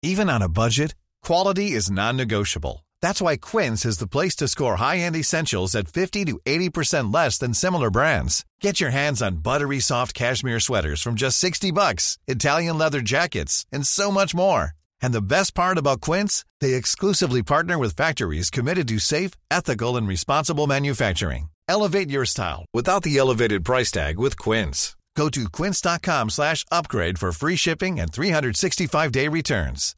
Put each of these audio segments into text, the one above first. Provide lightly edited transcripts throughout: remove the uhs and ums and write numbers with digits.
Even on a budget, quality is non-negotiable. That's why Quince is the place to score high-end essentials at 50 to 80% less than similar brands. Get your hands on buttery soft cashmere sweaters from just $60, Italian leather jackets, and so much more. And the best part about Quince, they exclusively partner with factories committed to safe, ethical, and responsible manufacturing. Elevate your style without the elevated price tag with Quince. Go to quince.com/upgrade for free shipping and 365-day returns.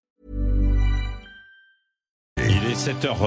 Il est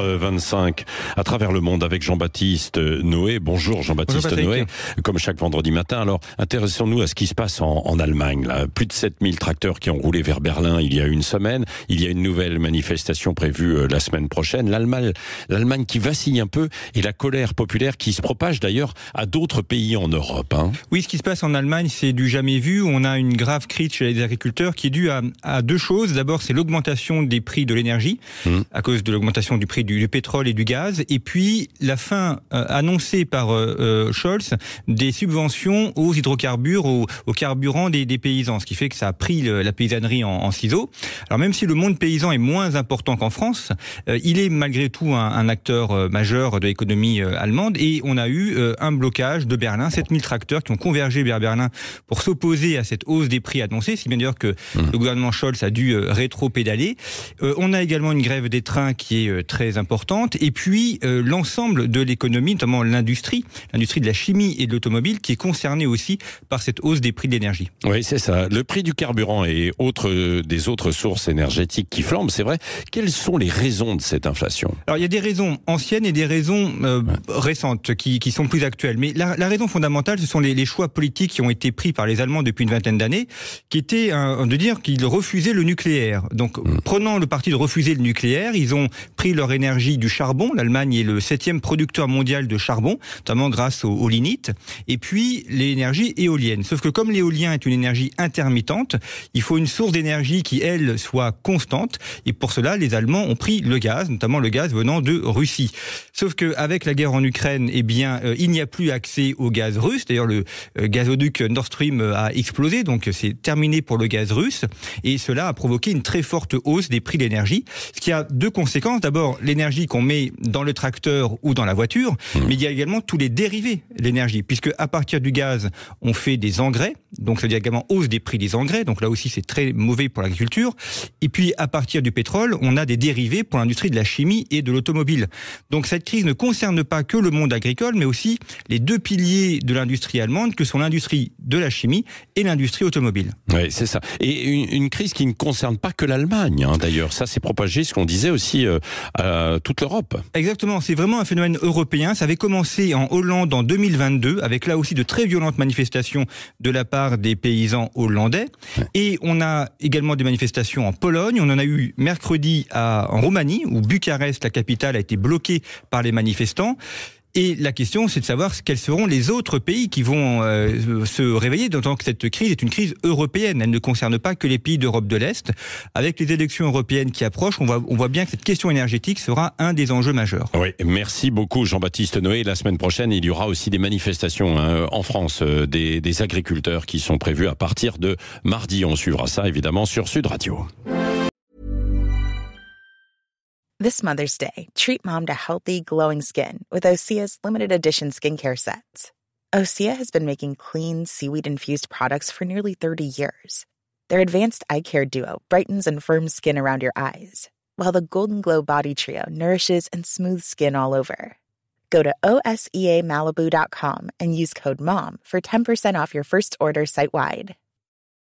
7h25 à travers le monde avec Jean-Baptiste Noé. Bonjour Jean-Baptiste Noé, comme chaque vendredi matin. Alors, intéressons-nous à ce qui se passe en Allemagne. Là. Plus de 7000 tracteurs qui ont roulé vers Berlin il y a une semaine. Il y a une nouvelle manifestation prévue la semaine prochaine. L'Allemagne qui vacille un peu et la colère populaire qui se propage d'ailleurs à d'autres pays en Europe. Hein. Oui, ce qui se passe en Allemagne, c'est du jamais vu. On a une grave crise chez les agriculteurs qui est due à deux choses. D'abord, c'est l'augmentation des prix de l'énergie à cause de l'augmentation du prix du pétrole et du gaz, et puis la fin annoncée par Scholz des subventions aux hydrocarbures, aux carburants des paysans, ce qui fait que ça a pris la paysannerie en ciseaux. Alors même si le monde paysan est moins important qu'en France, il est malgré tout un acteur majeur de l'économie allemande, et on a eu un blocage de Berlin, 7000 tracteurs qui ont convergé vers Berlin pour s'opposer à cette hausse des prix annoncée, si bien d'ailleurs que le gouvernement Scholz a dû rétro-pédaler. On a également une grève des trains qui est très importante, et puis l'ensemble de l'économie, notamment l'industrie de la chimie et de l'automobile, qui est concernée aussi par cette hausse des prix de l'énergie. Oui, c'est ça. Le prix du carburant et des autres sources énergétiques qui flambent, c'est vrai. Quelles sont les raisons de cette inflation ? Alors, il y a des raisons anciennes et des raisons récentes qui sont plus actuelles. Mais la raison fondamentale, ce sont les choix politiques qui ont été pris par les Allemands depuis une vingtaine d'années, qui étaient de dire qu'ils refusaient le nucléaire. Donc, prenant le parti de refuser le nucléaire, ils ont pris leur énergie du charbon. L'Allemagne est le 7e producteur mondial de charbon, notamment grâce au lignite. Et puis, l'énergie éolienne. Sauf que comme l'éolien est une énergie intermittente, il faut une source d'énergie qui, elle, soit constante. Et pour cela, les Allemands ont pris le gaz, notamment le gaz venant de Russie. Sauf qu'avec la guerre en Ukraine, il n'y a plus accès au gaz russe. D'ailleurs, le gazoduc Nord Stream a explosé, donc c'est terminé pour le gaz russe. Et cela a provoqué une très forte hausse des prix de l'énergie, ce qui a deux conséquences. D'abord, l'énergie qu'on met dans le tracteur ou dans la voiture, mais il y a également tous les dérivés de l'énergie, puisque à partir du gaz, on fait des engrais, donc ça veut dire également hausse des prix des engrais, donc là aussi c'est très mauvais pour l'agriculture. Et puis à partir du pétrole, on a des dérivés pour l'industrie de la chimie et de l'automobile. Donc cette crise ne concerne pas que le monde agricole, mais aussi les deux piliers de l'industrie allemande, que sont l'industrie de la chimie et l'industrie automobile. Oui, c'est ça. Et une crise qui ne concerne pas que l'Allemagne, hein, d'ailleurs. Ça s'est propagé, ce qu'on disait aussi, à toute l'Europe. Exactement, c'est vraiment un phénomène européen. Ça avait commencé en Hollande en 2022, avec là aussi de très violentes manifestations de la part des paysans hollandais. Et on a également des manifestations en Pologne. On en a eu mercredi en Roumanie, où Bucarest, la capitale, a été bloquée par les manifestants. Et la question, c'est de savoir quels seront les autres pays qui vont se réveiller, d'autant que cette crise est une crise européenne. Elle ne concerne pas que les pays d'Europe de l'Est. Avec les élections européennes qui approchent, on voit bien que cette question énergétique sera un des enjeux majeurs. Oui, merci beaucoup Jean-Baptiste Noé. La semaine prochaine, il y aura aussi des manifestations en France, des agriculteurs qui sont prévues à partir de mardi. On suivra ça évidemment sur Sud Radio. This Mother's Day, treat mom to healthy, glowing skin with Osea's limited edition skincare sets. Osea has been making clean, seaweed-infused products for nearly 30 years. Their advanced eye care duo brightens and firms skin around your eyes, while the Golden Glow Body Trio nourishes and smooths skin all over. Go to OSEAMalibu.com and use code MOM for 10% off your first order site-wide.